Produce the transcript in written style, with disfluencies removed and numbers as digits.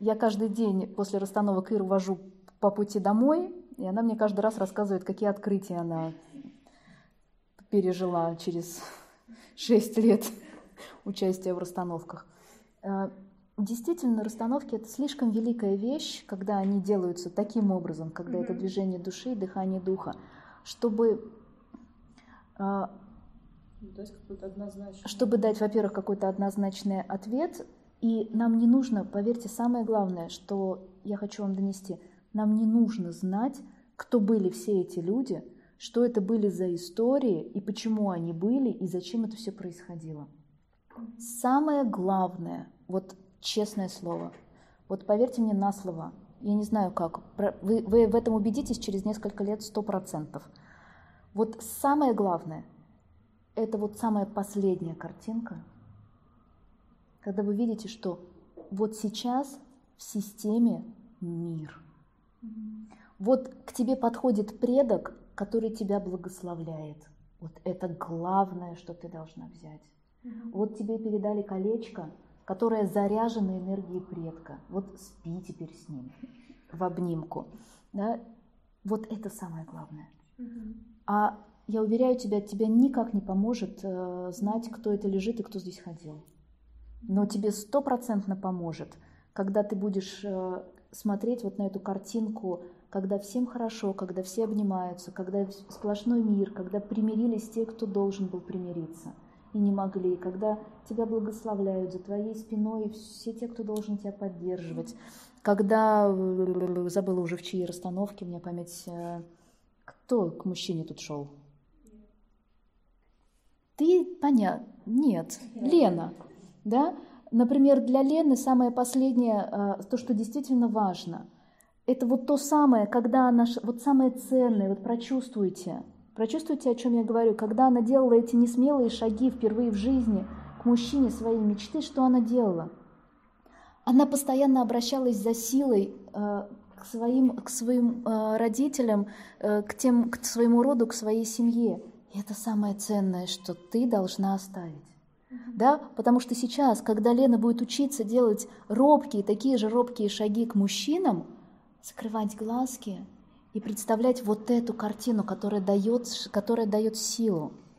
Я каждый день после расстановок Иру вожу по пути домой, и она мне каждый раз рассказывает, какие открытия она пережила через 6 лет участия в расстановках. Действительно, расстановки – это слишком великая вещь, когда они делаются таким образом, когда это движение души, дыхание духа, чтобы дать, во-первых, какой-то однозначный ответ. И нам не нужно, поверьте, самое главное, что я хочу вам донести, нам не нужно знать, кто были все эти люди, что это были за истории, и почему они были, и зачем это все происходило. Самое главное, вот честное слово, вот поверьте мне на слово, я не знаю как, вы в этом убедитесь через несколько лет 100%. Вот самое главное, это вот самая последняя картинка, когда вы видите, что вот сейчас в системе мир. Вот к тебе подходит предок, который тебя благословляет. Вот это главное, что ты должна взять. Вот тебе передали колечко, которое заряжено энергией предка. Вот спи теперь с ним в обнимку. Да? Вот это самое главное. А я уверяю тебя, тебе никак не поможет знать, кто это лежит и кто здесь ходил. Но тебе 100% поможет, когда ты будешь смотреть вот на эту картинку, когда всем хорошо, когда все обнимаются, когда сплошной мир, когда примирились те, кто должен был примириться и не могли, когда тебя благословляют за твоей спиной все те, кто должен тебя поддерживать, когда, забыла уже в чьей расстановке, у меня память, кто к мужчине тут шел? Ты, понятно? Нет, Лена. Да? Например, для Лены самое последнее, то, что действительно важно, это вот то самое, когда она, вот самое ценное, вот прочувствуйте, о чем я говорю, когда она делала эти несмелые шаги впервые в жизни к мужчине своей мечты, что она делала? Она постоянно обращалась за силой к своим родителям, к своему роду, к своей семье. И это самое ценное, что ты должна оставить. Да? Потому что сейчас, когда Лена будет учиться делать такие же робкие шаги к мужчинам, закрывать глазки и представлять вот эту картину, которая дает силу.